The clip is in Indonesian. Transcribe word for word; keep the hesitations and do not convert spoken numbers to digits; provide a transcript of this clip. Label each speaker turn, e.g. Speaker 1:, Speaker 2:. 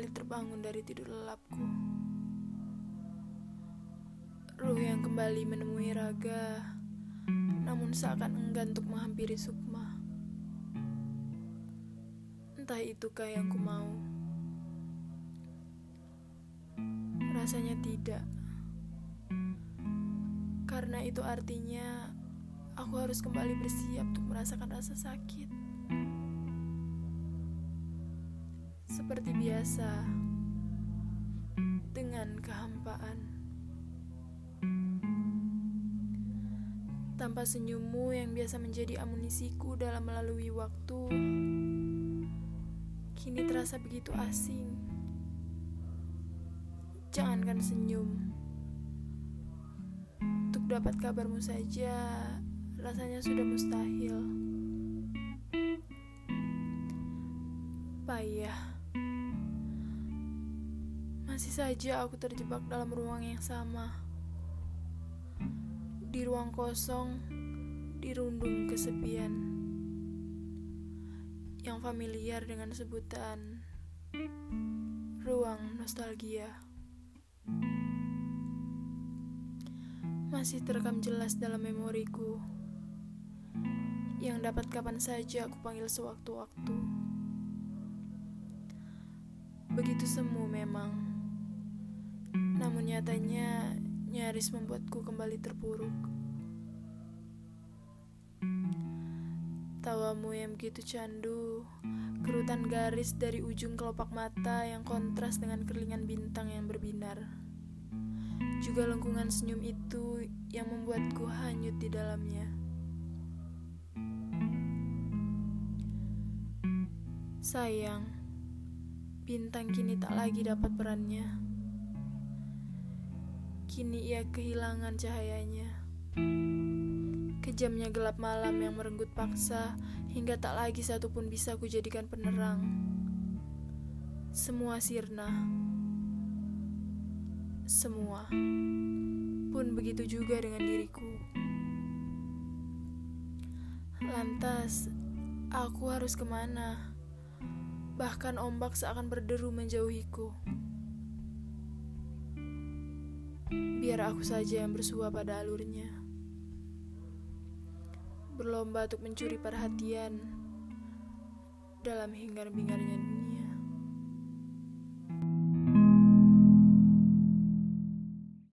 Speaker 1: kembali terbangun dari tidur lelapku. Ruh yang kembali menemui raga, namun seakan enggan untuk menghampiri sukma. Entah itukah yang ku mau. Rasanya tidak. Karena itu artinya aku harus kembali bersiap untuk merasakan rasa sakit. Seperti biasa, dengan kehampaan. Tanpa senyummu yang biasa menjadi amunisiku dalam melalui waktu, kini terasa begitu asing. Jangankan senyum, untuk dapat kabarmu saja rasanya sudah mustahil. Payah. Masih saja aku terjebak dalam ruang yang sama. Di ruang kosong, dirundung kesepian, yang familiar dengan sebutan ruang nostalgia. Masih terekam jelas dalam memoriku, yang dapat kapan saja aku panggil sewaktu-waktu. Begitu semu memang, namun nyatanya nyaris membuatku kembali terpuruk. Tawamu yang begitu candu, kerutan garis dari ujung kelopak mata yang kontras dengan kerlingan bintang yang berbinar. Juga lengkungan senyum itu yang membuatku hanyut di dalamnya. Sayang, bintang kini tak lagi dapat perannya. Kini ia kehilangan cahayanya. Kejamnya gelap malam yang merenggut paksa, hingga tak lagi satupun bisa kujadikan penerang. Semua sirna. Semua. Pun begitu juga dengan diriku. Lantas, aku harus kemana? Bahkan ombak seakan berderu menjauhiku. Biar aku saja yang bersua pada alurnya, berlomba untuk mencuri perhatian dalam hingar-bingarnya dunia.